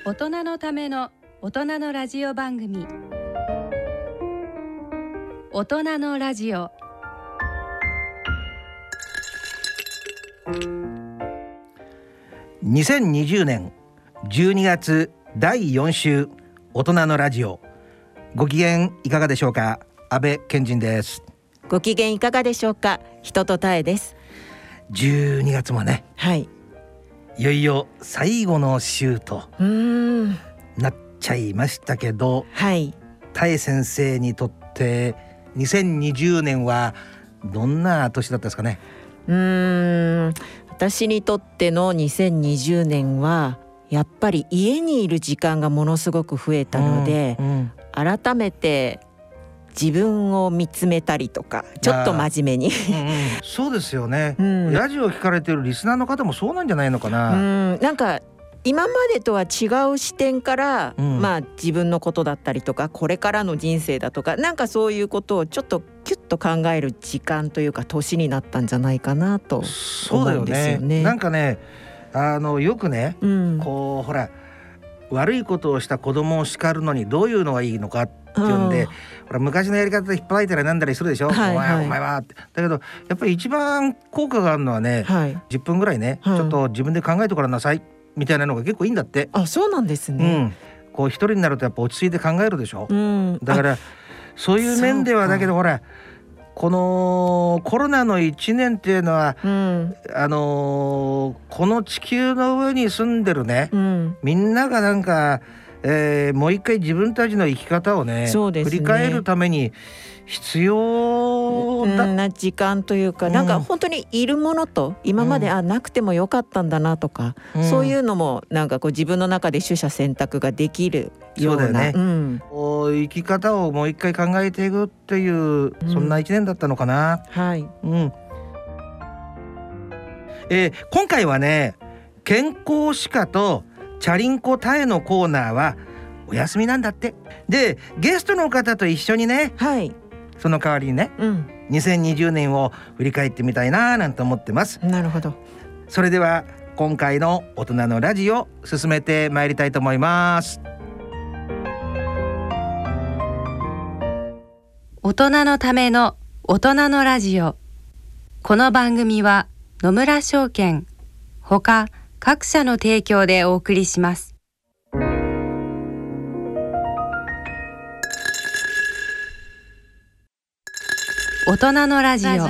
大人のための大人のラジオ番組、大人のラジオ。 2020年12月第4週大人のラジオ。ご機嫌いかがでしょうか。安倍賢人です。 ご機嫌いかがでしょうか。人とたえです。 12月もね、 はい、 いよいよ最後の週となっちゃいましたけど、 はい、 たえ先生にとって2020年はどんな年だったですかね。 私にとっての2020年はやっぱり家にいる時間がものすごく増えたので、改めて自分を見つめたりとか、ちょっと真面目にそうですよね、ラジオを聞かれているリスナーの方もそうなんじゃないのかな。 なんか今までとは違う視点から、自分のことだったりとか、これからの人生だとか、なんかそういうことをちょっとキュッと考える時間というか年になったんじゃないかなと思うんですよね。 なんかね、よくね、こうほら悪いことをした子供を叱るのにどういうのがいいのかっていうんで、ほら昔のやり方で引っ張られたりなんだりするでしょ、お前はって。だけどやっぱり一番効果があるのはね、10分ぐらいね、ちょっと自分で考えてごらんなさいみたいなのが結構いいんだって。 あ、そうなんですね。 こう一人になるとやっぱ落ち着いて考えるでしょ、だからそういう面ではだけどほらこのコロナの1年っていうのは、この地球の上に住んでるね、みんながなんか、もう一回自分たちの生き方をね、振り返るために必要な時間というか、なんか本当にいるものと今まで、なくてもよかったんだなとか、そういうのもなんかこう自分の中で取捨選択ができるような、 そうだよね、生き方をもう一回考えていくっていう、そんな一年だったのかな。今回はね、健康歯科とチャリンコタエのコーナーはお休みなんだって。でゲストの方と一緒にね、その代わりにね、2020年を振り返ってみたいななんて思ってます。 なるほど。 それでは今回の大人のラジオ進めてまいりたいと思います。 大人のための大人のラジオ。この番組は野村証券ほか各社の提供でお送りします。大人のラジオ。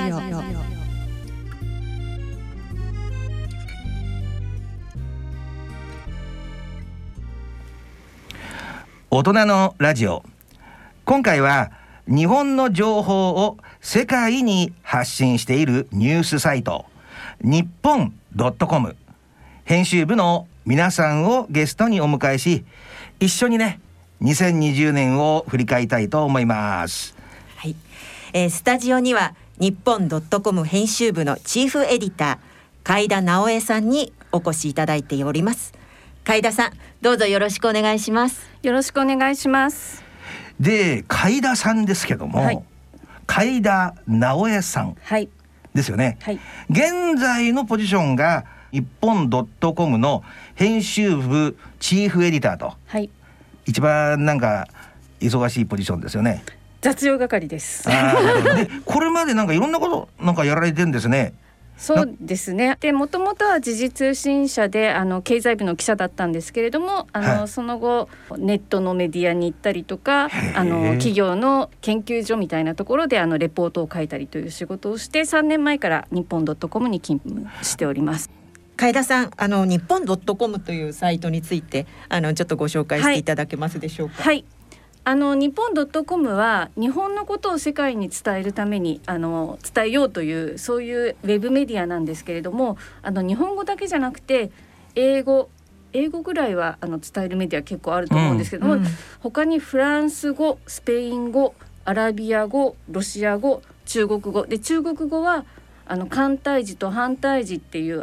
大人のラジオ。今回は日本の情報を世界に発信しているニュースサイト日本 .com 編集部の皆さんをゲストにお迎えし、一緒にね2020年を振り返りたいと思います。 スタジオには日本 .com 編集部のチーフエディター海田直江さんにお越しいただいております。海田さん、どうぞよろしくお願いします。 よろしくお願いします。 で海田さんですけども、海田直江さんですよね。現在のポジションが日本 .com の編集部チーフエディターと、一番なんか忙しいポジションですよね。 雑用係です。 でこれまでなんかいろんなことなんかやられてるんですね。 そうですね。でもともとは時事通信社で経済部の記者だったんですけれども、その後ネットのメディアに行ったりとか、企業の研究所みたいなところでレポートを書いたりという仕事をして、3年前から日本 .com に勤務しております。 海田さん、日本 .com というサイトについてちょっとご紹介していただけますでしょうか。 日本 .com は日本のことを世界に伝えるために伝えようという、そういうウェブメディアなんですけれども、日本語だけじゃなくて英語ぐらいは伝えるメディア結構あると思うんですけども、他にフランス語、スペイン語、アラビア語、ロシア語、中国語で、中国語は簡体字と反対字っていう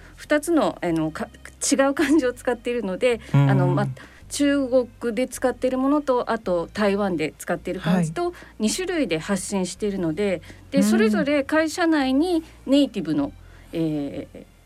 2つの違う漢字を使っているので、中国で使っているものと、あと台湾で使っている漢字と2種類で発信しているので、それぞれ会社内にネイティブの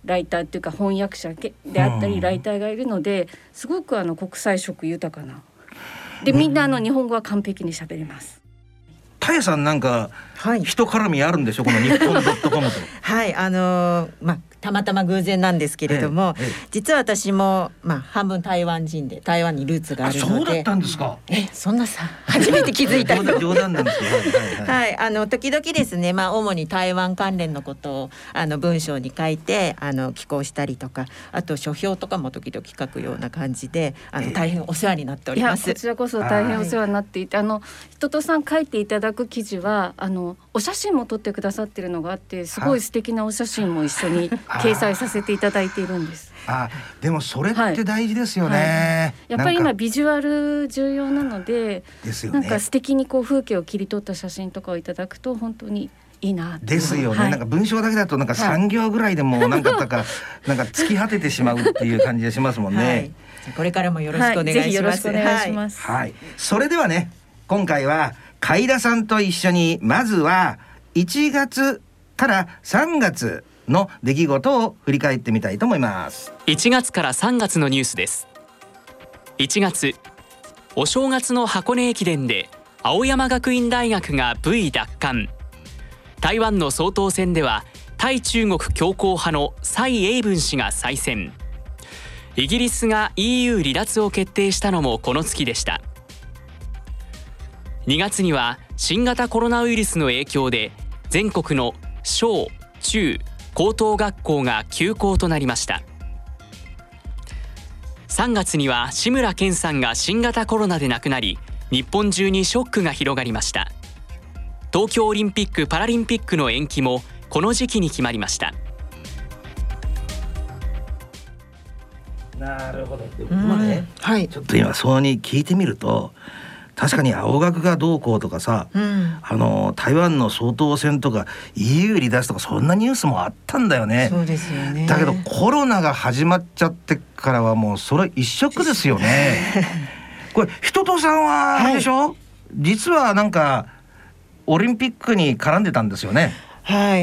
ライターっていうか翻訳者であったりライターがいるので、すごく国際色豊かなで、みんな日本語は完璧に喋れます。 たやさんなんか人絡みあるんでしょ、この日本.com と。 はい、たまたま偶然なんですけれども、実は私も、半分台湾人で台湾にルーツがあるので。 そうだったんですか。 そんなさ初めて気づいた。 冗談なんですけど、 はい、時々ですね、主に台湾関連のことを文章に書いて寄稿したりとか、あと書評とかも時々書くような感じで大変お世話になっております。 いや、こちらこそ大変お世話になっていて、人とさん書いていただく記事はお写真も撮ってくださってるのがあって、すごい素敵なお写真も一緒に掲載させていただいているんです。 でもそれって大事ですよね。 やっぱり今ビジュアル重要なので、なんか素敵に風景を切り取った写真とかをいただくと本当にいいなですよね。なんか文章だけだとなんか3行ぐらいでもなんか突き果ててしまうっていう感じがしますもんね。 これからもよろしくお願いします。 ぜひよろしくお願いします。 それではね、今回は海田さんと一緒にまずは1月から3月の出来事を振り返ってみたいと思います。 1月から3月のニュースです。1月、お正月の箱根駅伝で青山学院大学が V 奪還。台湾の総統選では対中国強硬派の蔡英文氏が再選。イギリスが EU 離脱を決定したのもこの月でした。2月には新型コロナウイルスの影響で全国の小中高等学校が休校となりました。3月には志村けんさんが新型コロナで亡くなり、日本中にショックが広がりました。東京オリンピック・パラリンピックの延期もこの時期に決まりました。 なるほど。ちょっと今そうに聞いてみると、確かに青学がどうこうとかさ、台湾の総統選とか EU 離脱とかそんなニュースもあったんだよね。 そうですよね。 だけどコロナが始まっちゃってからはもうそれ一色ですよね。これ人とさんはあれでしょ、実はなんかオリンピックに絡んでたんですよね。 はい、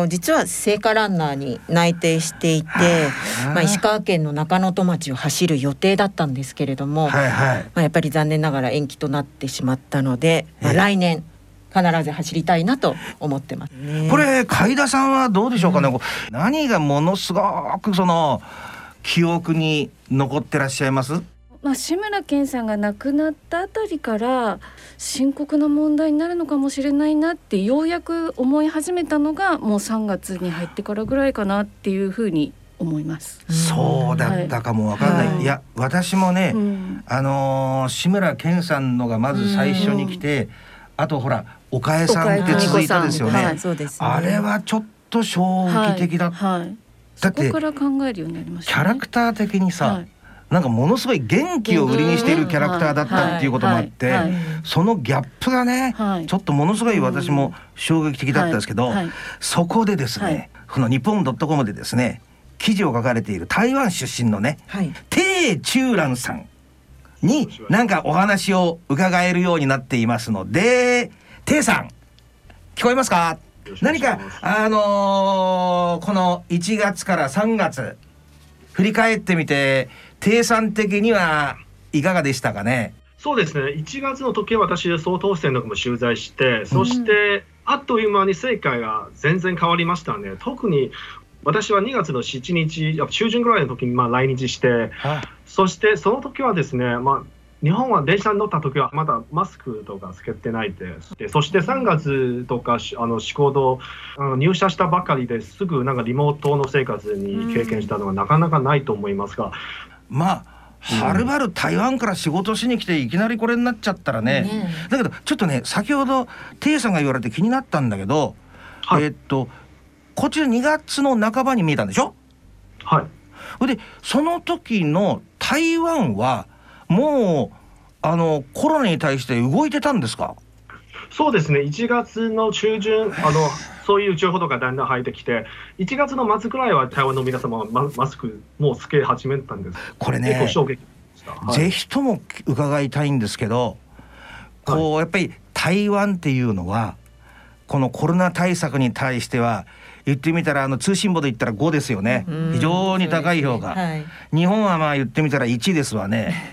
実は聖火ランナーに内定していて、石川県の中能登町を走る予定だったんですけれども、やっぱり残念ながら延期となってしまったので、来年必ず走りたいなと思ってますね。 これ海田さんはどうでしょうかね、何がものすごくその記憶に残ってらっしゃいます？ 志村けんさんが亡くなったあたりから深刻な問題になるのかもしれないなってようやく思い始めたのがもう3月に入ってからぐらいかなっていうふうに思います。 そうだったかもわかんない、いや私もね、志村けんさんのがまず最初に来て、あとほら岡江さんって続いたですよね。あれはちょっと衝撃的だった、だってそこから考えるようになりましたね。 キャラクター的にさ、なんかものすごい元気を売りにしているキャラクターだったっていうこともあって、そのギャップがね、ちょっとものすごい私も衝撃的だったんですけど、そこでですね、この日本.com でですね記事を書かれている台湾出身のね、鄭中蘭さんになんかお話を伺えるようになっていますので、鄭さん聞こえますか？何かこの1月から3月振り返ってみて鄭さん的にはいかがでしたかね？ そうですね、1月の時は私総統選とかも取材して、そしてあっという間に世界が全然変わりましたね。特に私は2月の7日中旬ぐらいの時に来日して、そしてその時はですね、日本は電車に乗った時はまだマスクとかつけてないで、そして3月とか仕事入社したばかりですぐなんかリモートの生活に経験したのがなかなかないと思いますが、 はるばる台湾から仕事しに来ていきなりこれになっちゃったらね、だけどちょっとね先ほど鄭さんが言われて気になったんだけど、こちら2月の半ばに見えたんでしょ？でその時の台湾はもうコロナに対して動いてたんですか？ そうですね、1月の中旬そういう情報とかだんだん入ってきて、1月の末くらいは台湾の皆様はマスクもうつけ始めたんです。 これね、 衝撃でした。 ぜひとも伺いたいんですけど、やっぱり台湾っていうのはこのコロナ対策に対しては言ってみたら通信簿で言ったら5ですよね。非常に高い評価、はい、日本はまあ言ってみたら1ですわね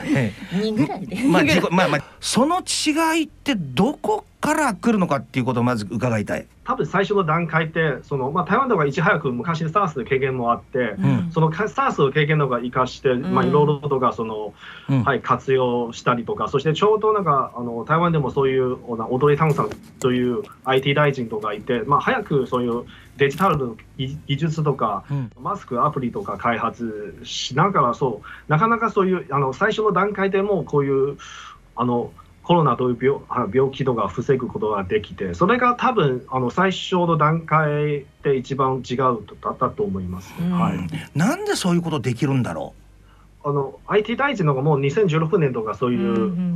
2ぐらいでまあその違いってどこから来るのかっていうことをまず伺いたい。 多分最初の段階って台湾とかいち早く昔 SARS の経験もあって、その SARS の経験とか生かして、いろいろとか活用したりとか、そしてちょうど台湾でもそういう踊りタンさんという IT 大臣とかいて、早くそういうデジタルの技術とか、マスクアプリとか開発しながら、なかなかそういう最初の段階でもこういうコロナという病気とか防ぐことができて、それが多分最初の段階で一番違うだったと思います、はい、 なんでそういうことできるんだろう。 IT 大臣のがもう2016年とかそういう、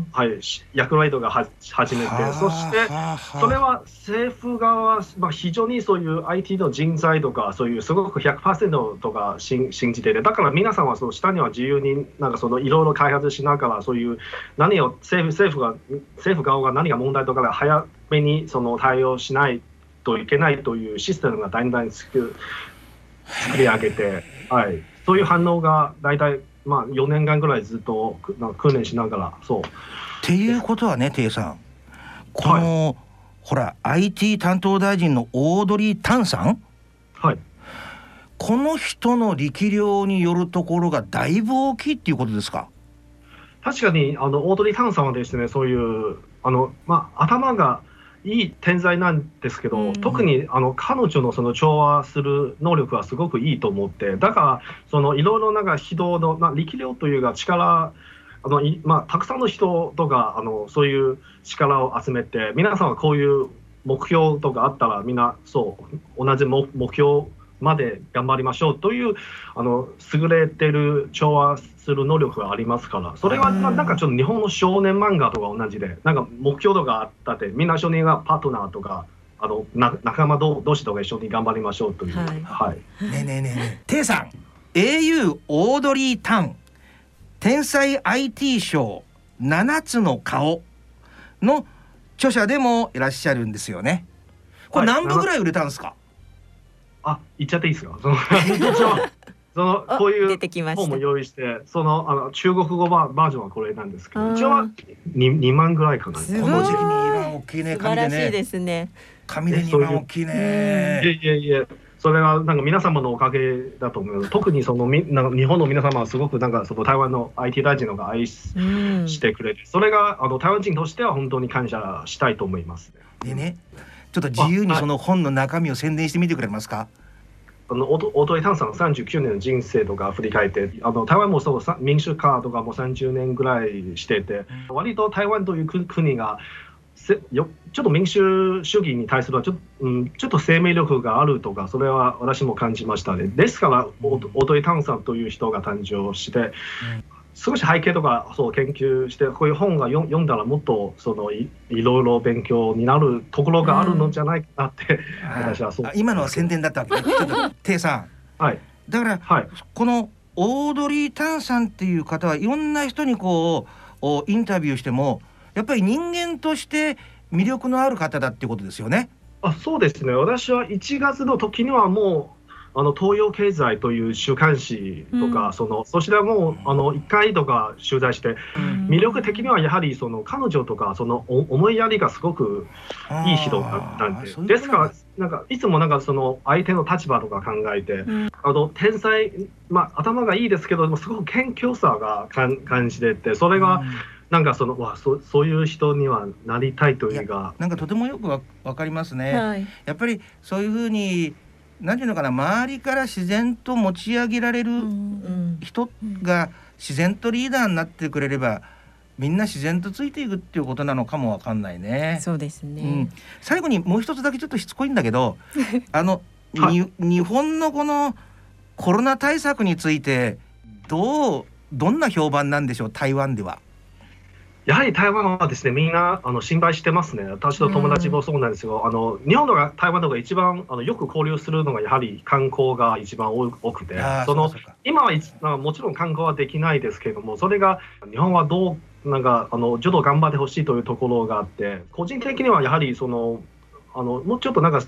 役割とか始めて、そしてそれは政府側は、非常にそういう IT の人材とかそういうすごく 100% とか信じてて、だから皆さんは下には自由にいろいろ開発しながら、そういう何を政府側が何が問題とかで早めに対応しないといけないというシステムがだんだん作り上げて、そういう反応が大体4年間ぐらいずっと訓練しながらっていうことはね、テイさん、この、ほら IT 担当大臣のオードリー・タンさん、この人の力量によるところがだいぶ大きいっていうことですか。 確かにオードリー・タンさんはですね、そういう頭がいい天才なんですけど、特に彼女の調和する能力はすごくいいと思って、だからいろいろ人の力量というか力、たくさんの人とかそういう力を集めて、皆さんはこういう目標とかあったらみんな同じ目標まで頑張りましょうという優れてる調和する能力がありますから、それはちょっと日本の少年漫画とか同じで、目標とかあったって、みんな少年がパートナーとか仲間同士とか一緒に頑張りましょうという。ねえねえねえ、テイさん、au オードリー・タン天才 IT 賞7つの顔の著者でもいらっしゃるんですよね。これ何部ぐらい売れたんですか。 言っちゃっていいですか。こういう本も用意して、中国語バージョンはこれなんですけど、一応は 2万ぐらいかな。この時期に2番大きいね。 素晴らしいですね。 紙で2番大きいね。 いやそれは皆様のおかげだと思います。特に日本の皆様はすごく台湾の IT 大臣のが愛してくれて、それが台湾人としては本当に感謝したいと思いますでね、ちょっと自由にその本の中身を宣伝してみてくれますか。 オードリー・タンさんの39年の人生とか振り返って、台湾も民主化とかも30年ぐらいしてて、割と台湾という国がちょっと民主主義に対するちょっと生命力があるとか、それは私も感じましたね。ですからオードリー・タンさんという人が誕生して、少し背景とか研究して、こういう本が読んだらもっといろいろ勉強になるところがあるのじゃないかなって、私は今のは宣伝だったわけね。ちょっとテイさん、だから、このオードリー・タンさんっていう方はいろんな人にインタビューしてもやっぱり人間として魅力のある方だっていうことですよね。 そうですね。私は1月の時にはもう東洋経済という週刊誌とか、そちらも1回とか取材して、魅力的にはやはり彼女とか思いやりがすごくいい人なんで、ですからいつも相手の立場とか考えて、天才、頭がいいですけどすごく謙虚さが感じてて、それがそういう人にはなりたいというか、 とてもよくわかりますね。やっぱりそういうふうに何ていうのかな、周りから自然と持ち上げられる人が自然とリーダーになってくれれば、みんな自然とついていくっていうことなのかもわかんないね。 そうですね。 最後にもう一つだけちょっとしつこいんだけど、日本のこのコロナ対策についてどんな評判なんでしょう、台湾では。 やはり台湾はですね、みんな心配してますね。私の友達もそうなんですよ。日本とか台湾とか一番よく交流するのがやはり観光が一番多くて、今はもちろん観光はできないですけれども、それが日本はちょっと頑張ってほしいというところがあって、個人的にはやはりもうちょっと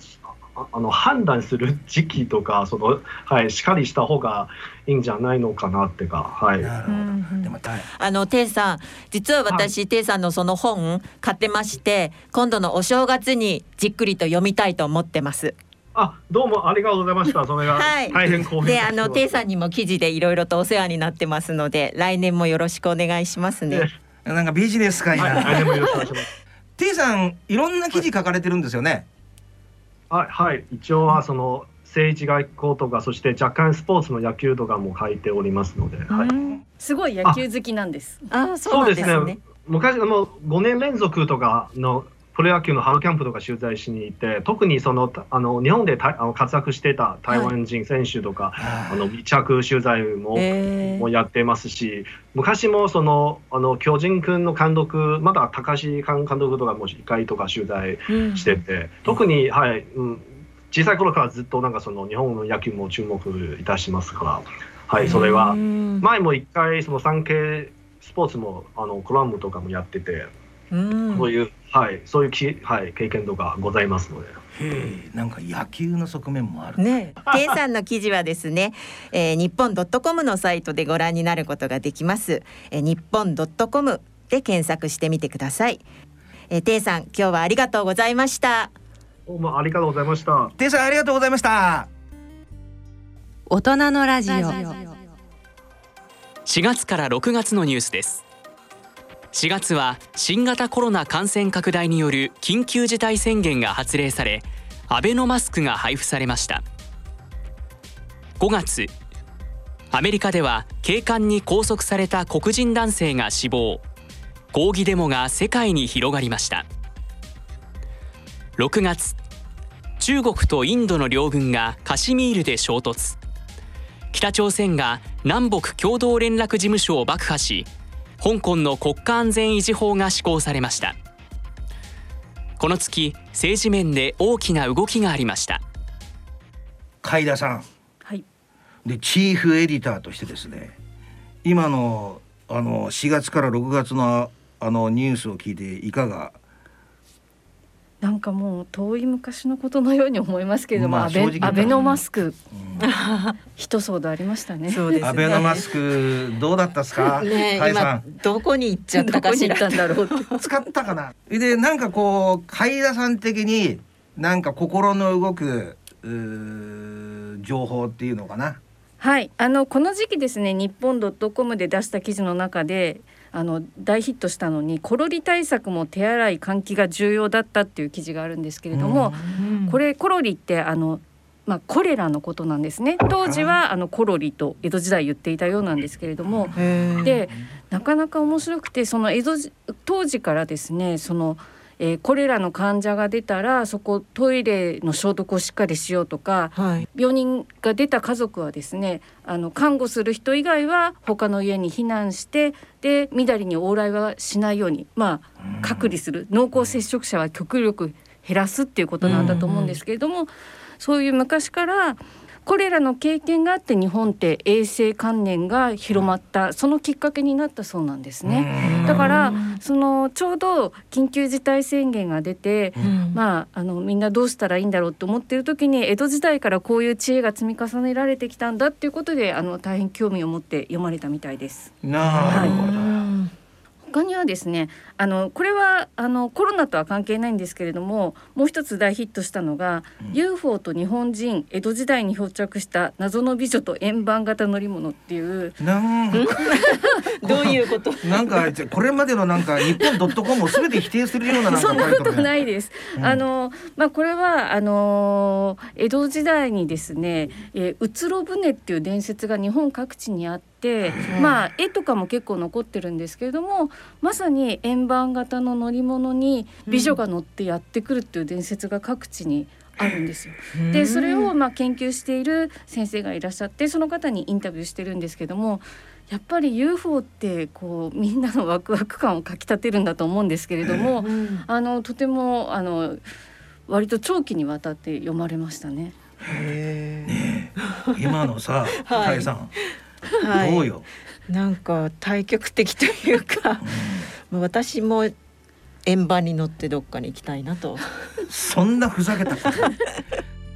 判断する時期とかしっかりした方がいいんじゃないのかなってか。はい。 なるほど。でもテイさん、実は私、テイさんのその本買ってまして、今度のお正月にじっくりと読みたいと思ってます。 どうもありがとうございました。それが大変光栄で、テイさんにも記事でいろいろとお世話になってますので、来年もよろしくお願いしますね。 なんかビジネスかいな。 来年もよろしくお願いします。 テイさん、いろんな記事書かれてるんですよね。 はい、一応は政治外交とか、そして若干スポーツの野球とかも書いておりますので、はい、 すごい野球好きなんです。 そうですね。 昔5年連続とかのプロ野球の春キャンプとか取材しに行って、特に日本で活躍していた台湾人選手とか、密着取材もやってますし、昔も巨人軍の監督、まだ高橋監督とかも1回とか取材してて、特に、小さい頃からずっとなんか日本の野球も注目いたしますから、それは前も1回産経スポーツもコラムとかもやってて、そういう経験とかございますので。 なんか野球の側面もあるね。K さんの記事はですね、日本.com のサイトでご覧になることができます。日本.com で検索してみてください。T さん、今日はありがとうございました。 どうもありがとうございました。 T さん、ありがとうございました。 大人のラジオ。 4月から6月のニュースです。4月は新型コロナ感染拡大による緊急事態宣言が発令され、アベノマスクが配布されました。5月、アメリカでは警官に拘束された黒人男性が死亡、抗議デモが世界に広がりました。6月、中国とインドの両軍がカシミールで衝突、北朝鮮が南北共同連絡事務所を爆破し、香港の国家安全維持法が施行されました。この月、政治面で大きな動きがありました。 海田さん、でチーフエディターとしてですね、今の4月から6月のニュースを聞いていかが？ なんかもう遠い昔のことのように思いますけれども、アベノマスク、一騒動ありましたね。 そうですね。 アベノマスクどうだったですか？ 今どこに行っちゃったかしら。 どこに行ったんだろう使ったかな。でなんか海田さん的になんか心の動く情報っていうのかな。 はい、この時期ですね、日本.com で出した記事の中で大ヒットしたのに、コロリ対策も手洗い換気が重要だったっていう記事があるんですけれども、これコロリってコレラのことなんですね。当時はコロリと江戸時代言っていたようなんですけれども、でなかなか面白くて、当時からですね、コレラの患者が出たらそこトイレの消毒をしっかりしようとか、病人が出た家族はですね、看護する人以外は他の家に避難して、でみだりに往来はしないように、隔離する、濃厚接触者は極力減らすっていうことなんだと思うんですけれども、そういう昔からコレラの経験があって日本って衛生観念が広まった、そのきっかけになったそうなんですね。だからちょうど緊急事態宣言が出て、みんなどうしたらいいんだろうと思っている時に、江戸時代からこういう知恵が積み重ねられてきたんだっていうことで大変興味を持って読まれたみたいです。 なるほど。 他にはですね、これはコロナとは関係ないんですけれども、もう一つ大ヒットしたのが、UFO と日本人、江戸時代に漂着した謎の美女と円盤型乗り物っていう。 どういうこと？ なんかこれまでのなんか日本.com を全て否定するようなそんなことないです。これは江戸時代にですね、うつろ舟っていう伝説が日本各地にあって、絵とかも結構残ってるんですけれども、まさに円盤型の乗り物に美女が乗ってやってくるっていう伝説が各地にあるんですよ。でそれを研究している先生がいらっしゃって、その方にインタビューしてるんですけども、やっぱり UFO ってみんなのワクワク感をかきたてるんだと思うんですけれども、とても割と長期にわたって読まれましたね。 今のさ、カイさん、どうよ。 なんか対極的というか、私も円盤に乗ってどっかに行きたいなと。 そんなふざけたこと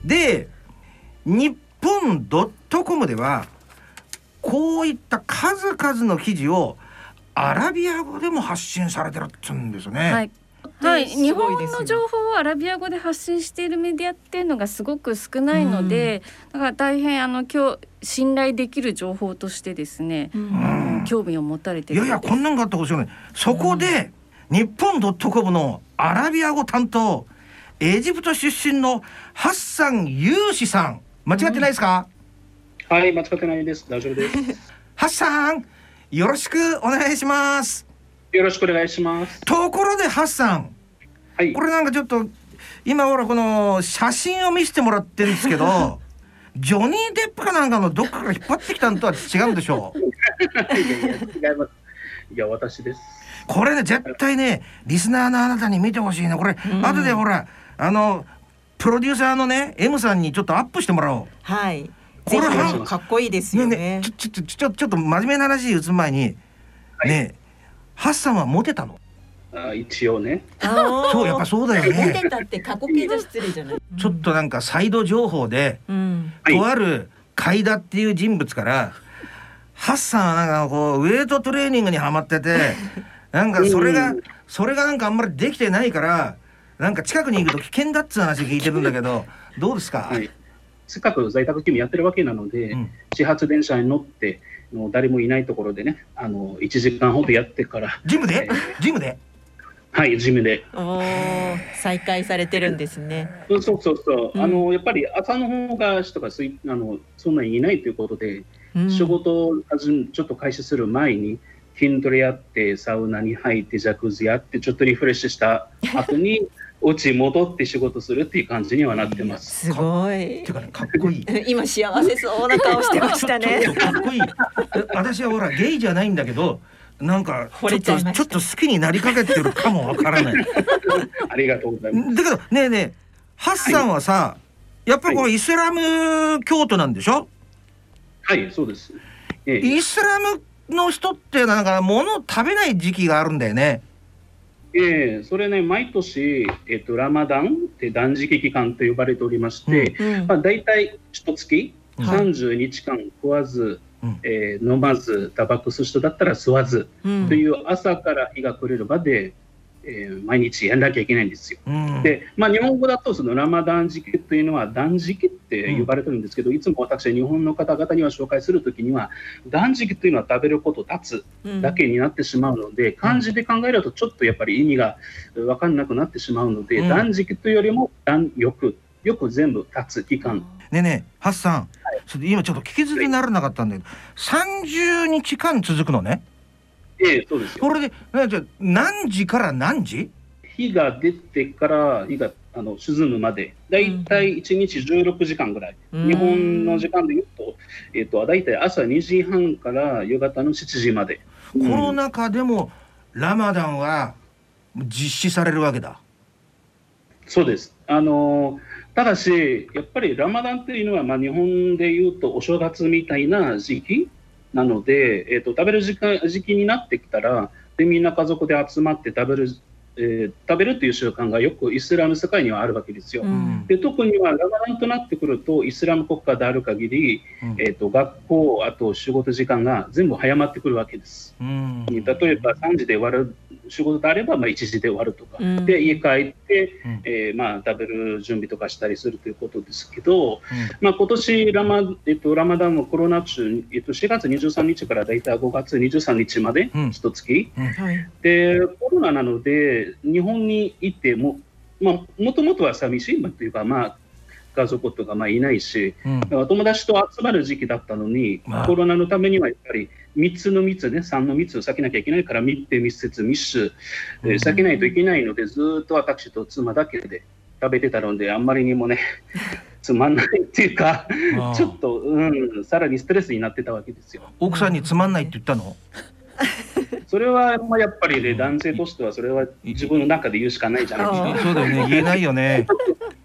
で日本.com ではこういった数々の記事をアラビア語でも発信されてるって言うんですね。 はいはい、日本の情報をアラビア語で発信しているメディアっていうのがすごく少ないので、だから大変今日信頼できる情報としてですね、興味を持たれている。 いやいやこんなんがあってほしいのに、そこで日本.com のアラビア語担当エジプト出身のハッサン・ユーシさん、間違ってないですか？ はい、間違ってないです。大丈夫です。 ハッサン、よろしくお願いします。 よろしくお願いします。 ところでハッサン、 はい、 これなんかちょっと今ほらこの写真を見せてもらってるんですけどジョニー・デップかなんかのどっかから引っ張ってきたのとは違うんでしょう？ いや違います。いや私です。 これね絶対ねリスナーのあなたに見てほしいね。これ後でほらプロデューサーのね M さんにちょっとアップしてもらおう。 はい。 これかっこいいですよね。 ちょっと真面目な話に移る前に、はい、ねハッサンはモテたの？ 一応ね。 そうやっぱそうだよね。 モテたって過去形じゃ失礼じゃない。 ちょっとなんかサイド情報で、とある海田っていう人物から、ハッサンはなんかこうウェイトトレーニングにハマっててなんかそれがなんかあんまりできてないからなんか近くに行くと危険だって話聞いてるんだけどどうですか？ はい、せっかく在宅勤務やってるわけなので、始発電車に乗って誰もいないところでね1時間ほどやってからジムではい、ジムで再開されてるんですね。 そう、やっぱり朝の方が人がそんなにいないということで、仕事をちょっと開始する前に筋トレやってサウナに入ってジャクズやってちょっとリフレッシュした後にお家戻って仕事するっていう感じにはなってます。 すごい。 てかね、かっこいい。 今幸せそうな顔してましたね。 ちょっとかっこいい。私はほらゲイじゃないんだけど、なんかちょっと好きになりかけてるかもわからない。 ありがとうございます。 だけどねえねえ、ハッサンはさ、やっぱりこれイスラム教徒なんでしょ？ はい、そうです。 イスラムの人ってなんか物を食べない時期があるんだよね。 それね、毎年、ラマダンって断食期間と呼ばれておりまして、だいたい1月30日間食わず、飲まず、タバコ吸う人だったら吸わず、という朝から日が暮れるまで、毎日やんなきゃいけないんですよ。で、日本語だとそのラマダン時期というのは断食って呼ばれてるんですけど、いつも私は日本の方々には紹介するときには断食というのは食べること立つだけになってしまうので、漢字で考えるとちょっとやっぱり意味が分かんなくなってしまうので、断食というよりもよく全部立つ期間。 ねえねえ、ハッサン、今ちょっと聞き捨てにならなかったんだけど、30日間続くのね。 そうですよ。 これでじゃあ何時から何時？ 日が出てから日が沈むまでだいたい1日16時間ぐらい、日本の時間で言うと、だいたい朝2時半から夕方の7時まで。 コロナ禍でもラマダンは実施されるわけだ。 そうです。ただしやっぱりラマダンというのは、日本で言うとお正月みたいな時期なので、食べる時期になってきたらでみんな家族で集まって食べるという習慣がよくイスラム世界にはあるわけですよ。で特にはラマダンとなってくるとイスラム国家である限り、学校あと仕事時間が全部早まってくるわけです。例えば3時で終わる仕事であれば、1時で終わるとか、で家帰って、食べる準備とかしたりするということですけど、今年ラマダンのコロナ中、4月23日からだいたい5月23日まで一月、でコロナなので日本にいてももともとは寂しいというか、家族とかいないし、友達と集まる時期だったのに、コロナのためにはやっぱり3の密ね、3の密を避けなきゃいけないから、密閉密接密集、避けないといけないので、ずっと私と妻だけで食べてたので、あんまりにもねつまんないっていうかちょっと、さらにストレスになってたわけですよ。 奥さんにつまんないって言ったの？ それはやっぱりね、男性としてはそれは自分の中で言うしかないじゃないですか。 そうだよね、言えないよね。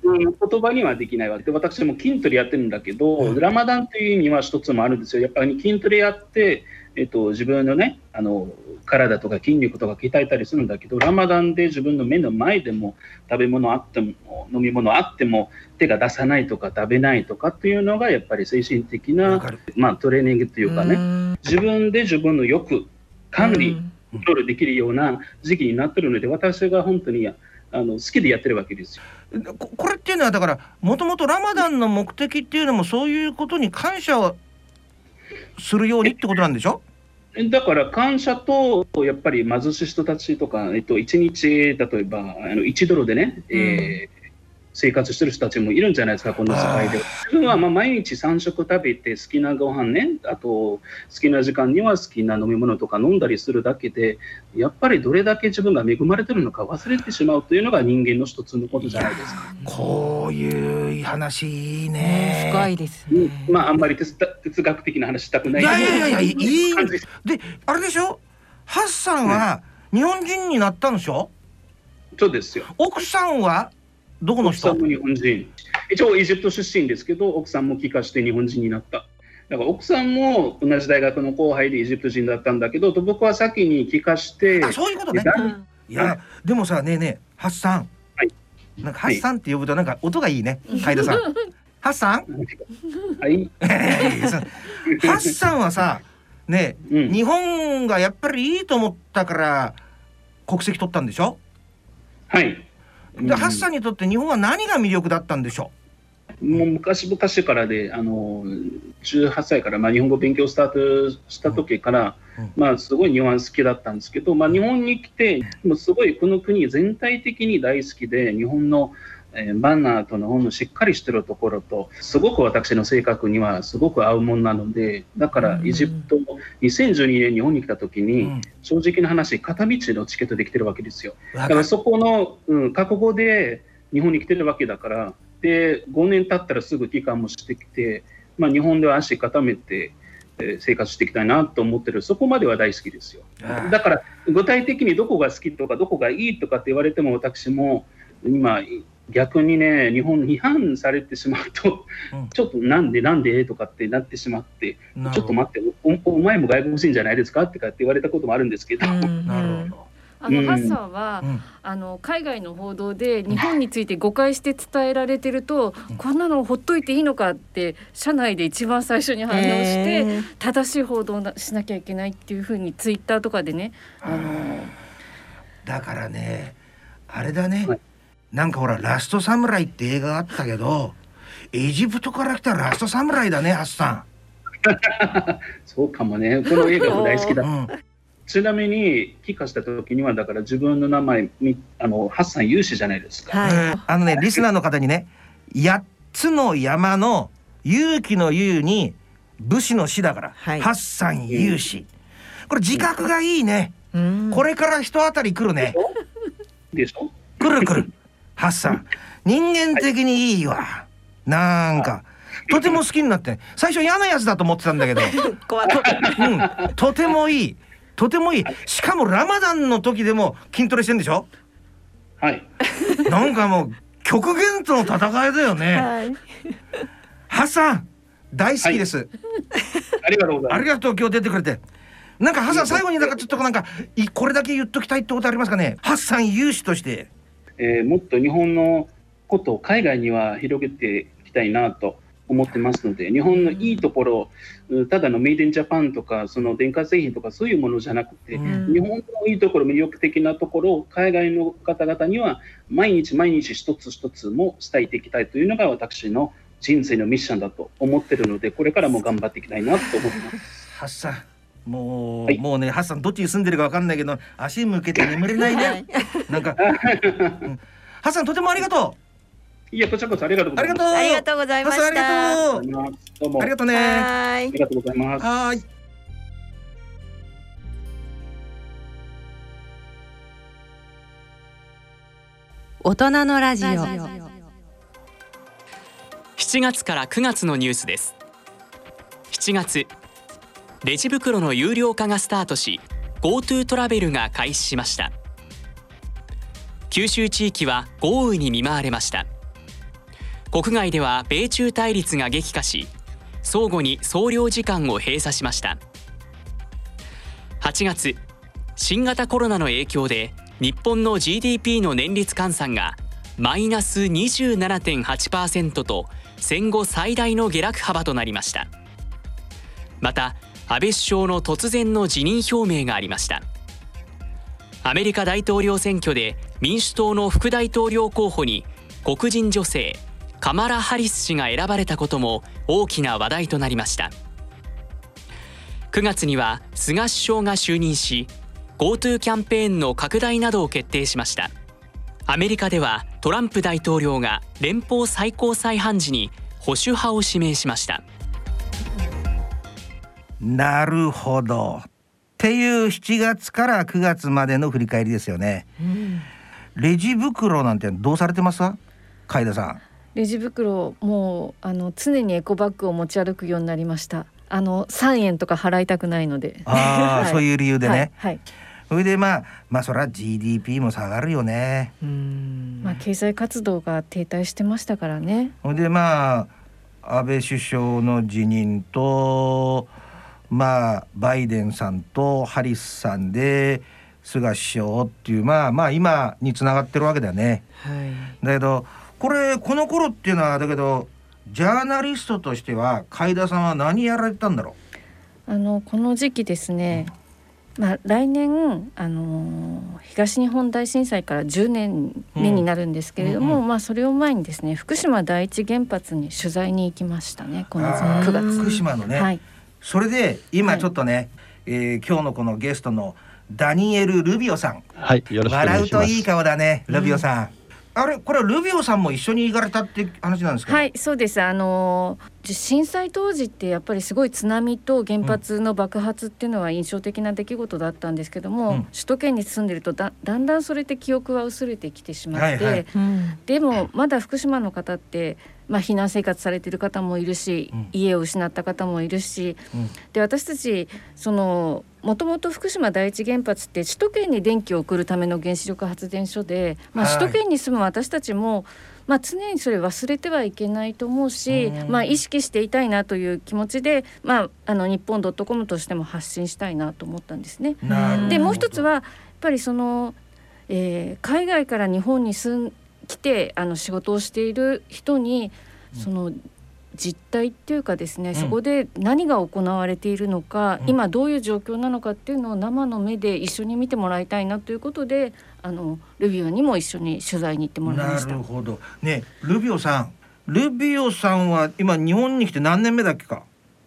言葉にはできないわけで、私も筋トレやってるんだけど、ラマダンという意味は一つもあるんですよ。やっぱり筋トレやって、自分のね、体とか筋肉とか鍛えたりするんだけど、ラマダンで自分の目の前でも食べ物あっても飲み物あっても手が出さないとか食べないとかっていうのがやっぱり精神的な、トレーニングというかね、自分で自分の欲管理コントロールできるような時期になってるので、私が本当に好きでやってるわけですよ。 これっていうのはだからもともとラマダンの目的っていうのもそういうことに感謝をするようにってことなんでしょ？ だから感謝とやっぱり貧しい人たちとか、1日例えば1ドルでね、生活してる人たちもいるんじゃないですか、この世界で。自分は毎日3食食べて好きなご飯ね、あと好きな時間には好きな飲み物とか飲んだりするだけで、やっぱりどれだけ自分が恵まれてるのか忘れてしまうというのが人間の一つのことじゃないですか。 こういう話いいね。 深いですね。 あんまり哲学的な話したくないけど。 いいで、あれでしょ、ハッサンは日本人になったんでしょ？ そうですよ。 奥さんはどこの人？ 奥さんも日本人。一応エジプト出身ですけど、奥さんも帰化して日本人になった。だから奥さんも同じ大学の後輩でエジプト人だったんだけど、僕は先に帰化して。 そういうことね。いやでもさ、ねえねえ、ハッサン、なんかハッサンって呼ぶとなんか音がいいね、海田さん。ハッサンはい。 ハッサンはさねえ、日本がやっぱりいいと思ったから国籍取ったんでしょ？ はい。 で、ハッサンにとって日本は何が魅力だったんでしょう？ もう昔からで、18歳から日本語勉強スタートした時から、すごい日本好きだったんですけど、日本に来てもうすごいこの国全体的に大好きで、日本のマナーとのしっかりしてるところとすごく私の性格にはすごく合うもんなので、だからエジプト2012年日本に来た時に、正直な話片道のチケットできてるわけですよ。だからそこの、覚悟で日本に来てるわけだから、で5年経ったらすぐ帰還もしてきて、日本では足固めて生活していきたいなと思ってる。そこまでは大好きですよ。だから具体的にどこが好きとかどこがいいとかって言われても、私も今逆にね、日本批判されてしまうと、ちょっとなんでとかってなってしまって、ちょっと待って、お前も外国人じゃないですかって言われたこともあるんですけど。 なるほど。 ハッサンは、海外の報道で日本について誤解して伝えられてると、こんなのほっといていいのかって社内で一番最初に反応して、正しい報道をしなきゃいけないっていうふうにツイッターとかでね、 だからね、あれだね、なんかほらラストサムライって映画あったけど、エジプトから来たラストサムライだね、ハッサン。 そうかもね、この映画も大好きだ。ちなみに帰化した時には、だから自分の名前ハッサン有志じゃないですか。 リスナーの方にね、8つの山の勇気の勇に武士の士だから、ハッサン有志。これ自覚がいいね。これから人当たり来るね。 でしょ？ 来る。ハッサン人間的にいいわ。なんかとても好きになって、最初嫌なやつだと思ってたんだけどとてもいい。しかもラマダンの時でも筋トレしてんでしょ？ はい。 なんかもう極限との戦いだよね。ハッサン大好きです。 ありがとうございます。 ありがとう、今日出てくれて。なんかハッサン最後になんかちょっとなんかこれだけ言っときたいってことありますかね？ハッサン有志として。 もっと日本のことを海外には広げていきたいなと思ってますので、日本のいいところ、ただのメイドインジャパンとかその電化製品とかそういうものじゃなくて、日本のいいところ、魅力的なところを海外の方々には毎日一つ一つも伝えていきたいというのが私の人生のミッションだと思っているので、これからも頑張っていきたいなと思います。 ハッサンもうね、ハッサンどっちに住んでるか分かんないけど足向けて眠れないね。なんか、ハッサンとてもありがとう。いや、こちらこそありがとうございます。 ありがとうございました。 どうもありがとうね。 ありがとうございます。 はい。 大人のラジオ。 7月から9月のニュースです。7月、レジ袋の有料化がスタートし、 GoTo トラベルが開始しました。九州地域は豪雨に見舞われました。 国外では米中対立が激化し、相互に総領事館を閉鎖しました。8月、新型コロナの影響で日本の GDP の年率換算がマイナス 27.8% と戦後最大の下落幅となりました。また安倍首相の突然の辞任表明がありました。アメリカ大統領選挙で民主党の副大統領候補に黒人女性カマラ・ハリス氏が選ばれたことも大きな話題となりました。9月には菅首相が就任し、 GoTo キャンペーンの拡大などを決定しました。アメリカではトランプ大統領が連邦最高裁判事に保守派を指名しました。 なるほどっていう7月から9月までの振り返りですよね。レジ袋なんてどうされてますか、海田さん。 レジ袋もう常にエコバッグを持ち歩くようになりました。3円とか払いたくないので。 はい、そういう理由でね。 はい、 それでまあそれは GDP も下がるよね。 経済活動が停滞してましたからね。 それで安倍首相の辞任とバイデンさんとハリスさんで菅首相っていう今につながってるわけだよね。だけどこの頃っていうのはだけどジャーナリストとしては海田さんは何やられたんだろう。 この時期ですね、来年東日本大震災から10年目になるんですけれども、それを前にですね福島第一原発に取材に行きましたね、この9月。 福島のね、はい、それで今ちょっとね、今日のこのゲストのダニエル・ルビオさん、 はい、よろしくお願いします。 笑うといい顔だね、ルビオさん。これはルビオさんも一緒に行かれたって話なんですか。 はい、そうです。震災当時ってやっぱりすごい津波と原発の爆発っていうのは印象的な出来事だったんですけども、首都圏に住んでると だんだんそれって記憶は薄れてきてしまって、でもまだ福島の方って避難生活されている方もいるし、家を失った方もいるし、で私たちもともと福島第一原発って首都圏に電気を送るための原子力発電所で、首都圏に住む私たちも、常にそれ忘れてはいけないと思うし、意識していたいなという気持ちで、日本.com としても発信したいなと思ったんですね。でもう一つはやっぱり海外から日本に来て仕事をしている人に実態っていうかですね、そこで何が行われているのか、今どういう状況なのかっていうのを生の目で一緒に見てもらいたいなということでルビオにも一緒に取材に行ってもらいました。 なるほどね。ルビオさんは今日本に来て何年目だっけか。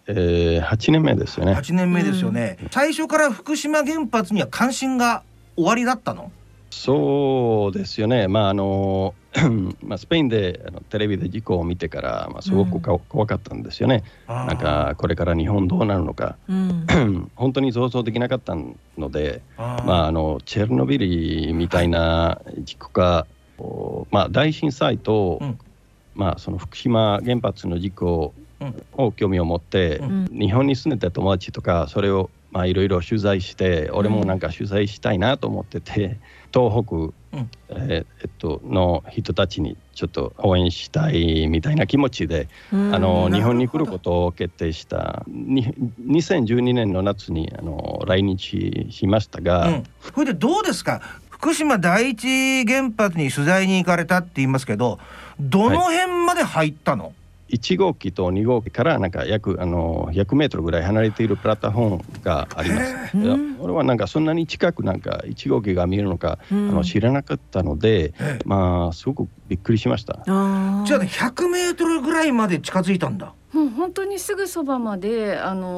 8年目ですよね。 8年目ですよね。最初から福島原発には関心が終わりだったの？ そうですよね。スペインでテレビで事故を見てから、すごく怖かったんですよね。なんかこれから日本どうなるのか、本当に想像できなかったので、チェルノビリみたいな事故が、大震災と、その福島原発の事故を興味を持って、日本に住んでた友達とかそれをいろいろ取材して、俺もなんか取材したいなと思ってて、東北、の人たちにちょっと応援したいみたいな気持ちで日本に来ることを決定した2012年の夏に来日しましたが、 それでどうですか、福島第一原発に取材に行かれたって言いますけど、どの辺まで入ったの ？1号機と2号機からなんか約100メートルぐらい離れているプラットフォームがあります。俺はなんかそんなに近くなんか1号機が見えるのか知らなかったので、すごくびっくりしました。 じゃあ100メートルぐらいまで近づいたんだ。 もう本当にすぐそばまで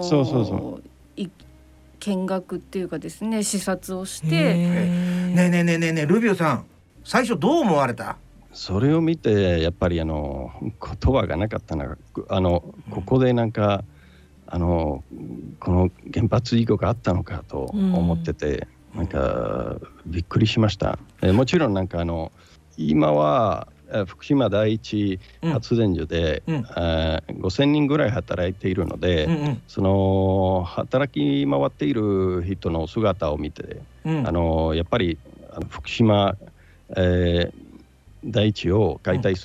見学っていうかですね、視察をして。 ねえルビオさん、最初どう思われた？ それを見てやっぱり言葉がなかったな。ここでなんかこの原発事故があったのかと思ってて、なんかびっくりしました。もちろんなんか今は福島第一発電所で、5000人ぐらい働いているので、その働き回っている人の姿を見て、やっぱり福島、第一を解体する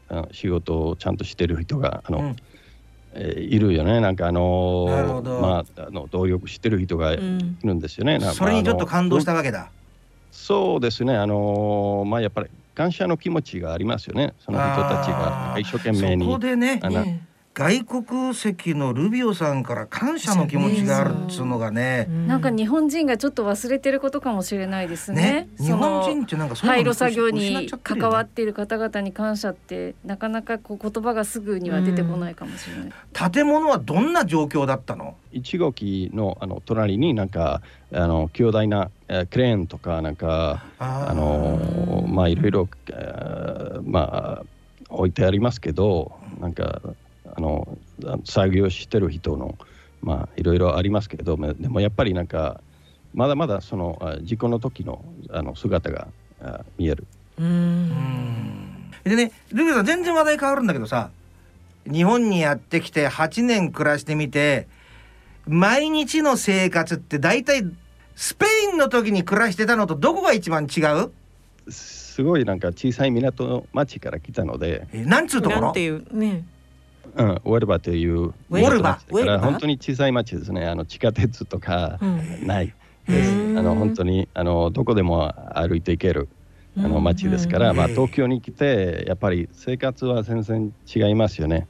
仕事をちゃんとしてる人がいるよね。なんかまあ努力してる人がいるんですよね。 それにちょっと感動したわけだ。 そうですね。まあやっぱり感謝の気持ちがありますよね。その人たちが一生懸命に。 そこでね、外国籍のルビオさんから感謝の気持ちがあるっていうのがね、 なんか日本人がちょっと忘れてることかもしれないですね。 日本人ってなんか廃炉作業に関わっている方々に感謝ってなかなかこう言葉がすぐには出てこないかもしれない。 建物はどんな状況だったの ？1号機の隣になんか強大なクレーンとかなんかまあいろいろまあ置いてありますけど、なんか作業してる人のまあいろいろありますけど、でもやっぱりなんかまだまだその事故の時の姿が見える。 でね、ルビオさん全然話題変わるんだけどさ、日本にやってきて8年暮らしてみて、毎日の生活ってだいたいスペインの時に暮らしてたのとどこが一番違う？ すごいなんか小さい港の町から来たので、 なんつうところ？ なんていうね。 ウェルバという本当に小さい町ですね。地下鉄とかないです。本当にどこでも歩いていける町ですから、まあ東京に来てやっぱり生活は全然違いますよね。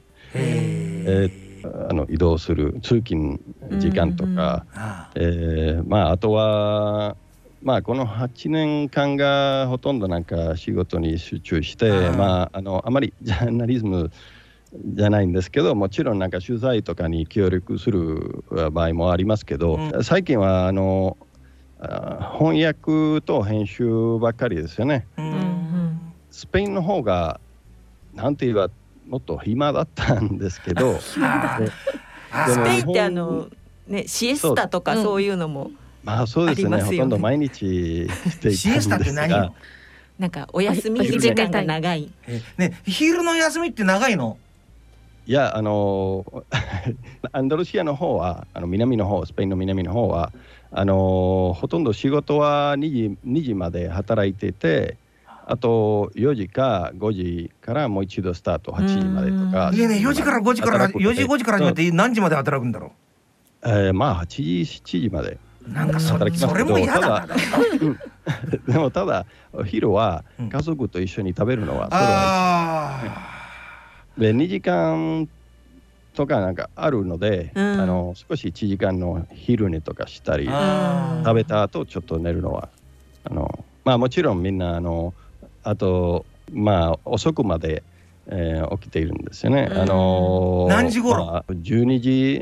移動する通勤時間とか、まああとはまあこの8年間がほとんどなんか仕事に集中して、まああまりジャーナリズムじゃないんですけど、もちろんなんか取材とかに協力する場合もありますけど、最近は翻訳と編集ばっかりですよね。スペインの方がなんて言えばもっと暇だったんですけどスペインってね、シエスタとかそういうのもまあそうですね、ほとんど毎日していたんですが。 シエスタって何よ？ なんかお休み時間が長い。 ね、昼の休みって長いの？ いやアンダルシアの方は南の方、スペインの南の方はほとんど仕事は2時まで働いていて、あと4時か5時からもう一度スタート8時までとか。 いやね、4時から5時から4時5時から始めて何時まで働くんだろう？まあ8時7時まで働きますけど、それも嫌だな。 でもただお昼は家族と一緒に食べるのはそれはで2時間とかなんかあるので、少し1時間の昼寝とかしたり、食べた後ちょっと寝るのはまあもちろんみんなあとまあ遅くまで、起きているんですよね。 何時頃？ まあ、12時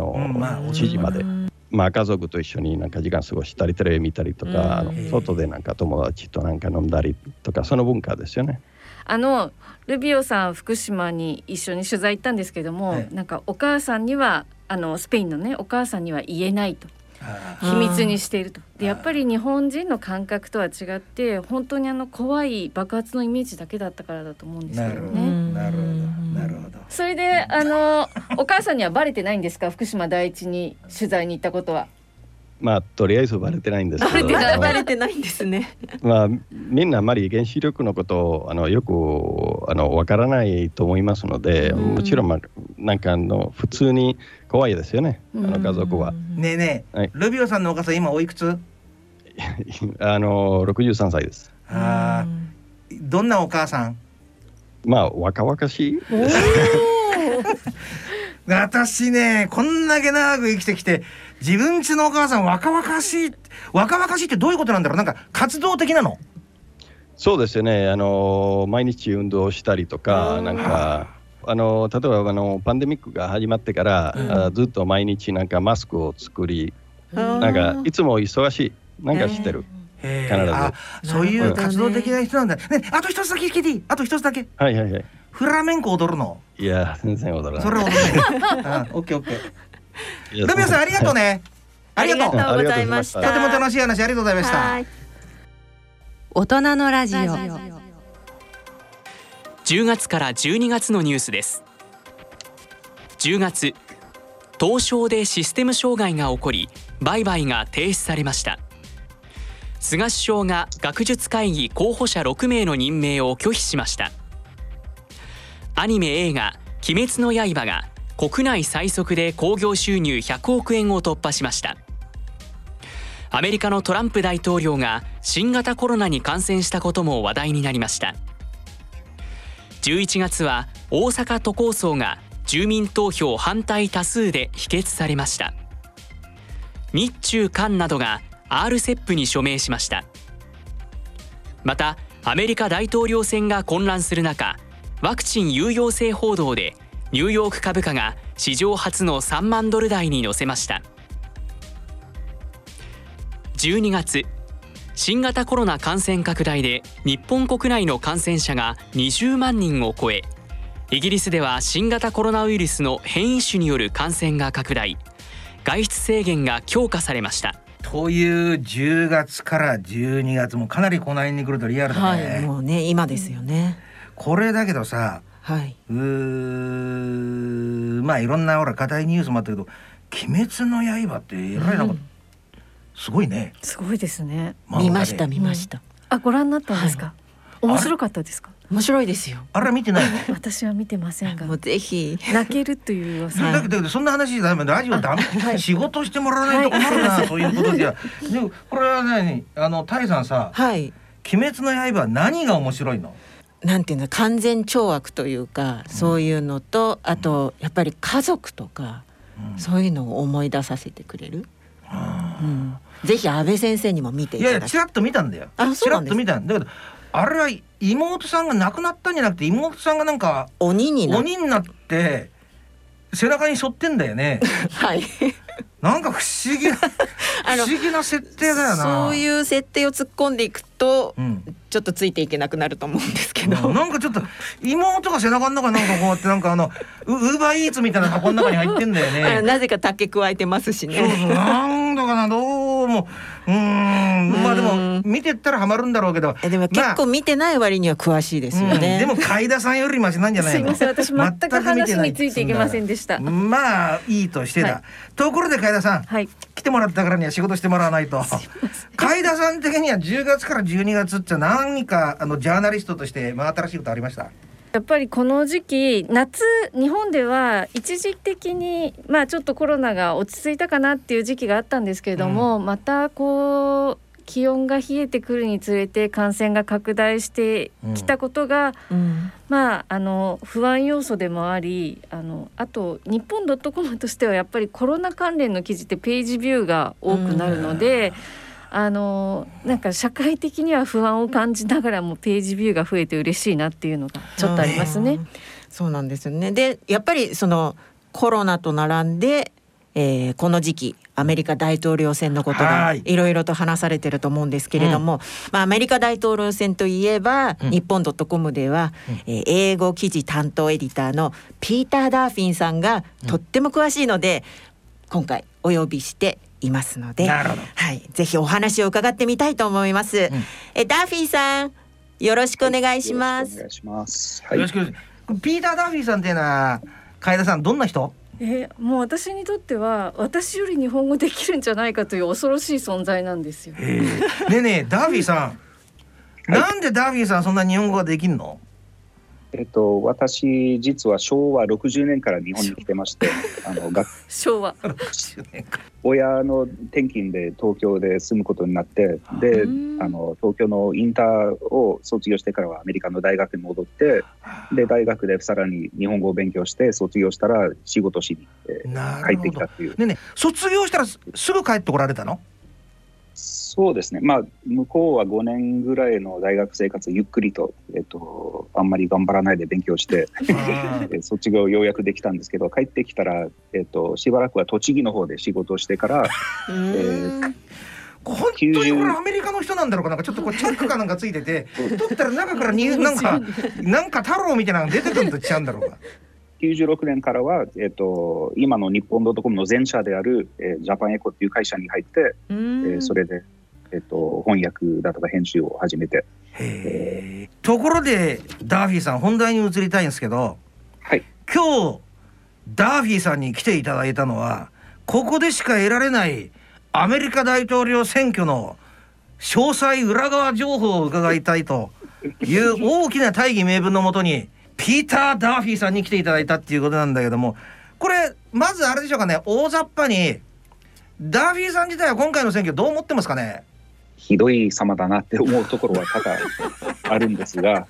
1時まで。まあ家族と一緒になんか時間過ごしたりテレビ見たりとか、外でなんか友達となんか飲んだりとか、その文化ですよね。 ルビオさん福島に一緒に取材行ったんですけども、なんかお母さんにはスペインのねお母さんには言えないと、秘密にしていると。でやっぱり日本人の感覚とは違って本当に怖い爆発のイメージだけだったからだと思うんですけどね。 なるほど。 それでお母さんにはバレてないんですか？福島第一に取材に行ったことは。 まあとりあえずバレてないんですけど、 バレてないんですね。 まあみんなあまり原子力のことをよくわからないと思いますので、もちろんまあなんか普通に怖いですよね、家族は。 ねえねえ、ルビオさんのお母さん今おいくつ ？63歳です。 どんなお母さん？ まあ若々しい。 私ね、こんだけ長く生きてきて自分家のお母さん若々しいってどういうことなんだろう？なんか活動的なの？ そうですよね。毎日運動したりとか、なんか例えばパンデミックが始まってから、ずっと毎日なんかマスクを作り、なんかいつも忙しいなんかしてる。必ずそういう活動的な人なんだ。ね、あと一つだけ聞いていい？あと一つだけ。 はいはいはい。 フラメンコ踊るの？ いや全然踊らない。 それ踊るね。オッケーオッケー。ルビオさんありがとうね。 ありがとうございました。 とても楽しい話ありがとうございました。 大人のラジオ。 10月から12月のニュースです。10月、東証でシステム障害が起こり、売買が停止されました。菅首相が学術会議候補者6名の任命を拒否しました。 アニメ映画鬼滅の刃が国内最速で興行収入100億円を突破しました。アメリカのトランプ大統領が新型コロナに感染したことも話題になりました。11月は大阪都構想が住民投票反対多数で否決されました。日中韓などが RCEP に署名しました。またアメリカ大統領選が混乱する中、ワクチン有用性報道でニューヨーク株価が史上初の3万ドル台に乗せました。12月、新型コロナ感染拡大で日本国内の感染者が20万人を超え、イギリスでは新型コロナウイルスの変異種による感染が拡大、外出制限が強化されました。 という10月から12月もかなりこの辺に来るとリアルだね。 はい、もうね今ですよね。 これだけどさ、 はい、 まあいろんなほら硬いニュースもあったけど、鬼滅の刃ってえらいなんか、すごいね。 すごいですね。 見ました。 あ、ご覧になったんですか。面白かったですか。 面白いですよ。 あれは見てないの？ 私は見てませんが、 もうぜひ泣けるというだけどそんな話じゃダメ。ラジオダメ、はい、仕事してもらわないと困るな、そういうことじゃ。でもこれは何、タイさんさ、 はい、 鬼滅の刃は何が面白いの？ なんていうの、完全懲悪というか、そういうのと、あとやっぱり家族とか、そういうのを思い出させてくれる。ぜひ安倍先生にも見ていただきたい。 いやちらっと見たんだよ。ちらっと見たんだけど、あれは妹さんが亡くなったんじゃなくて、妹さんがなんか鬼になって背中に背負ってんだよね。 はい。 なんか不思議な設定だよな。 そういう設定を突っ込んでいくと、ちょっとついていけなくなると思うんですけど、 なんかちょっと妹が背中の中なんかこうやってなんかウーバーイーツみたいな箱の中に入ってんだよね。 なぜか竹加えてますしね。 そうなんだかな、どうもまあでも見てったらハマるんだろうけど、 でも結構見てない割には詳しいですよね。 でも海田さんよりマシなんじゃないの？ すいません、私全く話についていけませんでした。 まあいいとしてだ、ところで海田さん、来てもらったからには仕事してもらわないと。海田さん的には10月から12月って何かジャーナリストとして真新しいことありました？ やっぱりこの時期、夏日本では一時的にちょっとコロナが落ち着いたかなっていう時期があったんですけれども、またこう気温が冷えてくるにつれて感染が拡大してきたことが、不安要素でもあり、あと日本.comとしてはやっぱりコロナ関連の記事ってページビューが多くなるので、なんか社会的には不安を感じながらもページビューが増えて嬉しいなっていうのがちょっとありますね。 そうなんですよね。でやっぱりそのコロナと並んで、この時期アメリカ大統領選のことがいろいろと話されてると思うんですけれども、アメリカ大統領選といえば、日本.com では、英語記事担当エディターのピーター・ダーフィンさんがとっても詳しいので、今回お呼びしていますので、ぜひお話を伺ってみたいと思います。ダーフィーさん、よろしくお願いします。 お願いします。 よろしく。ピーター・ダーフィーさんっていうのは海田さんどんな人？ もう私にとっては私より日本語できるんじゃないかという恐ろしい存在なんですよ。 ねえねえ、ダーフィーさん、なんでダーフィーさんそんな日本語ができるの？ 私実は昭和60年から日本に来てまして、 昭和 60年か。 親の転勤で東京で住むことになって、で東京のインターを卒業してからはアメリカの大学に戻って、で大学でさらに日本語を勉強して卒業したら仕事しに、帰ってきたっていう。 ねえねえ、卒業したらすぐ帰ってこられたの？ そうですね、向こうは5年ぐらいの大学生活ゆっくりと、あんまり頑張らないで勉強して卒業ようやくできたんですけど、帰ってきたら、しばらくは栃木の方で仕事をしてから本当にこれアメリカの人なんだろうか、なんかちょっとこうチャックかなんかついてて取ったら中からなんか太郎みたいなのが出てくるとしちゃうんだろうか。 96年からは、今の日本.comの前社である、ジャパンエコっていう会社に入って、それで、翻訳だとか編集を始めて。 ところでダーフィーさん、本題に移りたいんですけど、今日ダーフィーさんに来ていただいたのは、ここでしか得られないアメリカ大統領選挙の詳細裏側情報を伺いたいという大きな大義名分のもとにピーター・ダーフィーさんに来ていただいたっていうことなんだけども、これまずあれでしょうかね、大雑把にダーフィーさん自体は今回の選挙どう思ってますかね。 ひどい様だなって思うところは多々あるんですが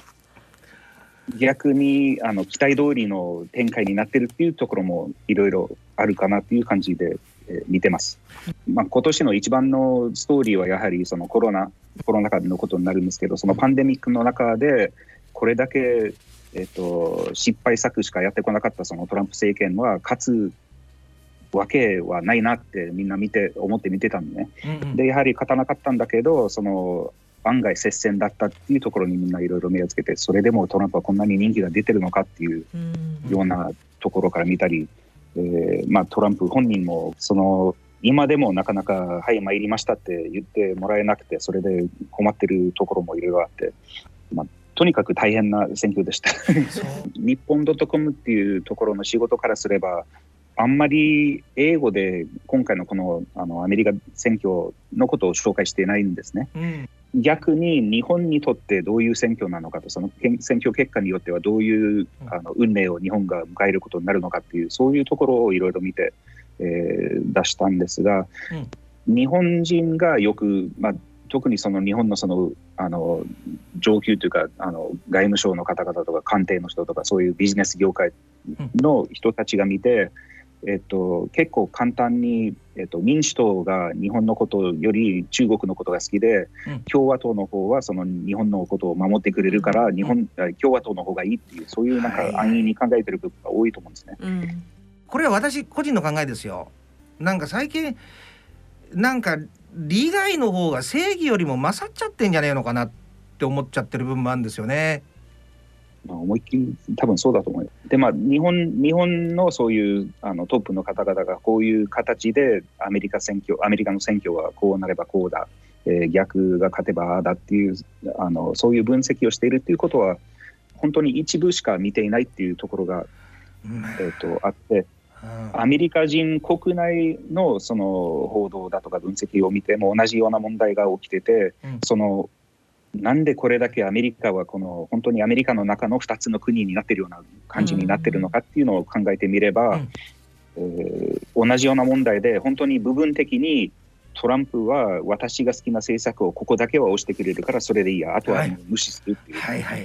逆に期待通りの展開になってるっていうところもいろいろあるかなっていう感じで、見てます。今年の一番のストーリーはやはりそのコロナ禍のことになるんですけど、そのパンデミックの中でこれだけ、失敗作しかやってこなかったそのトランプ政権は勝つわけはないなってみんな思って見てたんでね、でやはり勝たなかったんだけどその案外接戦だったっていうところにみんないろいろ目をつけて、それでもトランプはこんなに人気が出てるのかっていうようなところから見たり、トランプ本人もその今でもなかなかはい参りましたって言ってもらえなくて、それで困ってるところもいろいろあって、とにかく大変な選挙でした日本.com っていうところの仕事からすればあんまり英語で今回のこのアメリカ選挙のことを紹介していないんですね、逆に日本にとってどういう選挙なのかと、その選挙結果によってはどういう運命を日本が迎えることになるのかっていう、そういうところをいろいろ見て、出したんですが、日本人がよく、特にその日本のその上級というか外務省の方々とか官邸の人とかそういうビジネス業界の人たちが見て、結構簡単に、民主党が日本のことより中国のことが好きで、共和党の方はその日本のことを守ってくれるから、共和党の方がいいっていう、そういうなんか安易に考えてる部分が多いと思うんですね。 これは私個人の考えですよ。なんか最近なんか利害の方が正義よりも勝っちゃってんじゃねえのかなって思っちゃってる部分もあるんですよね。 思いっきり多分そうだと思う。で日本のそういうトップの方々がこういう形でアメリカの選挙はこうなればこうだ、逆が勝てばああだっていうそういう分析をしているっていうことは本当に一部しか見ていないっていうところが、あって、アメリカ人国内のその報道だとか分析を見ても同じような問題が起きてて、なんでこれだけアメリカは本当にアメリカの中の2つの国になっているような感じになっているのかっていうのを考えてみれば、同じような問題で本当に部分的にトランプは私が好きな政策をここだけは押してくれるからそれでいいや、あとは無視するっていう、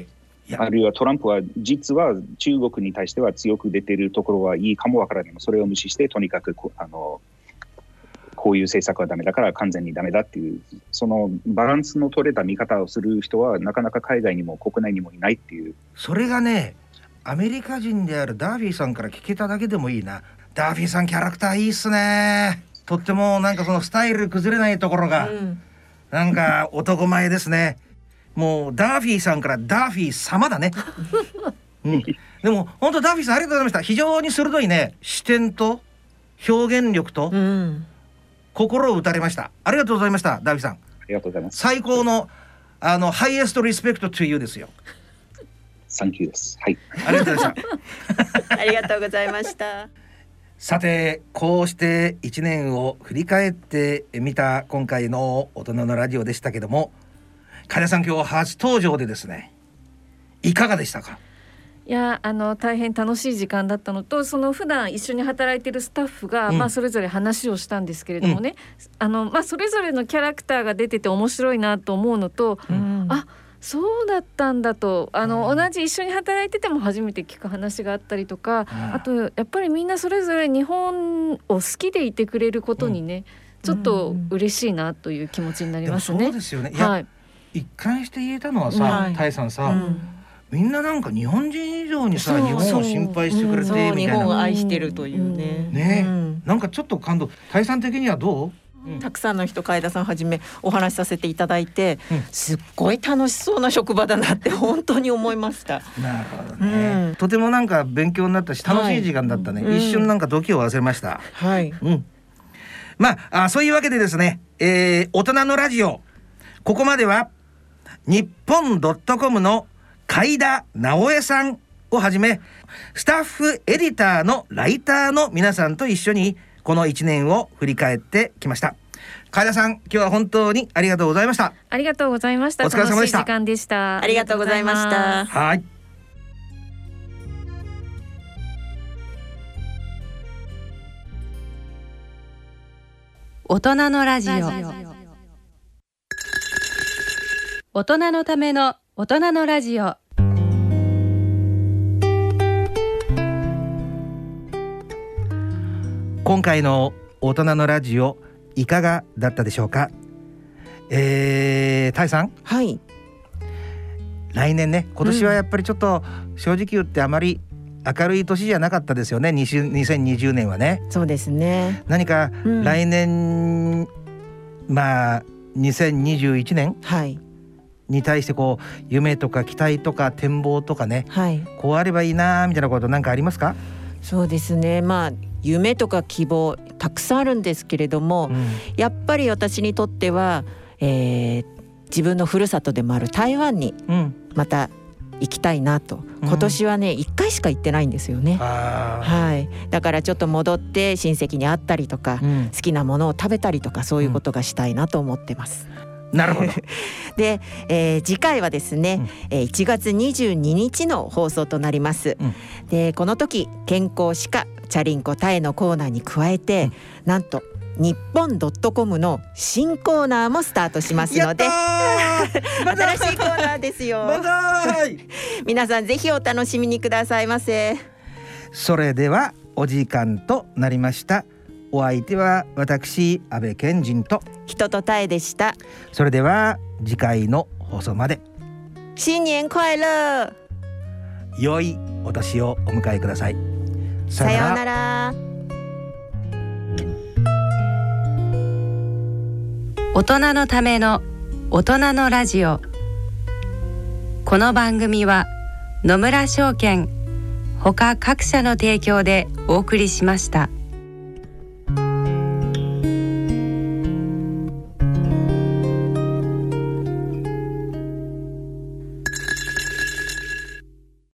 あるいはトランプは実は中国に対しては強く出ているところはいいかもわからないもそれを無視してとにかくこういう政策はダメだから完全にダメだっていう、そのバランスの取れた見方をする人はなかなか海外にも国内にもいないっていう。 それがね、アメリカ人であるダーフィーさんから聞けただけでもいいな。ダーフィーさんキャラクターいいっすね。とってもなんかそのスタイル崩れないところが、なんか男前ですね。もうダーフィーさんからダーフィー様だね、でも本当ダーフィーさんありがとうございました。非常に鋭いね視点と表現力と、心を打たれました。ありがとうございましたダーフィーさん。ありがとうございます。 最高のハイエストリスペクトトゥユーですよ。 サンキューです。はい、 ありがとうございましたありがとうございました。 さてこうして1年を振り返ってみた今回の大人のラジオでしたけども、金さん今日初登場でですね、いかがでしたか？ いや大変楽しい時間だったのと、その普段一緒に働いているスタッフが、それぞれ話をしたんですけれどもね、それぞれのキャラクターが出てて面白いなと思うのと、あそうだったんだと同じ一緒に働いてても初めて聞く話があったりとか、あとやっぱりみんなそれぞれ日本を好きでいてくれることにね、ちょっと嬉しいなという気持ちになりますね。 でもそうですよね。一貫して言えたのはさ、タイさんさ、みんななんか日本人以上にさ日本を心配してくれてみたいな、 日本を愛してるというね、 なんかちょっと感動。タイさん的にはどう？ たくさんの人、海田さんはじめお話しさせていただいて、すっごい楽しそうな職場だなって本当に思いました。 なるほどね、とてもなんか勉強になったし楽しい時間だったね、一瞬なんか時を忘れました。そういうわけでですね、大人のラジオ、ここまでは日本.com の海田直江さんをはじめスタッフエディターのライターの皆さんと一緒にこの1年を振り返ってきました。海田さん、今日は本当にありがとうございました。 ありがとうございました。 お疲れ様でした。 楽しい時間でした。 ありがとうございました。 はい。 大人のラジオ。大人のための大人のラジオ。 今回の大人のラジオいかがだったでしょうか。タイさん、 はい、 来年ね、今年はやっぱりちょっと正直言ってあまり明るい年じゃなかったですよね。2020年はね。 そうですね。 何か来年、まあ2021年に対してこう夢とか期待とか展望とかね、こうあればいいなみたいなことなんかありますか？ そうですね、まあ夢とか希望たくさんあるんですけれども、やっぱり私にとっては、自分のふるさとでもある台湾にまた行きたいなと、今年はね1回しか行ってないんですよね。はい、だからちょっと戻って親戚に会ったりとか、好きなものを食べたりとか、そういうことがしたいなと思ってます。 なるほど。 で、次回はですね、1月22日の放送となります。でこの時健康歯科チャリンコタエのコーナーに加えて、なんと日本.com の新コーナーもスタートしますので新しいコーナーですよ。皆さんぜひお楽しみにくださいませ。 それではお時間となりました。お相手は私安倍賢人と人とタエでした。 それでは次回の放送まで。 新年快乐。 良いお年をお迎えください。 さようなら。 大人のための大人のラジオ。この番組は野村証券ほか各社の提供でお送りしました。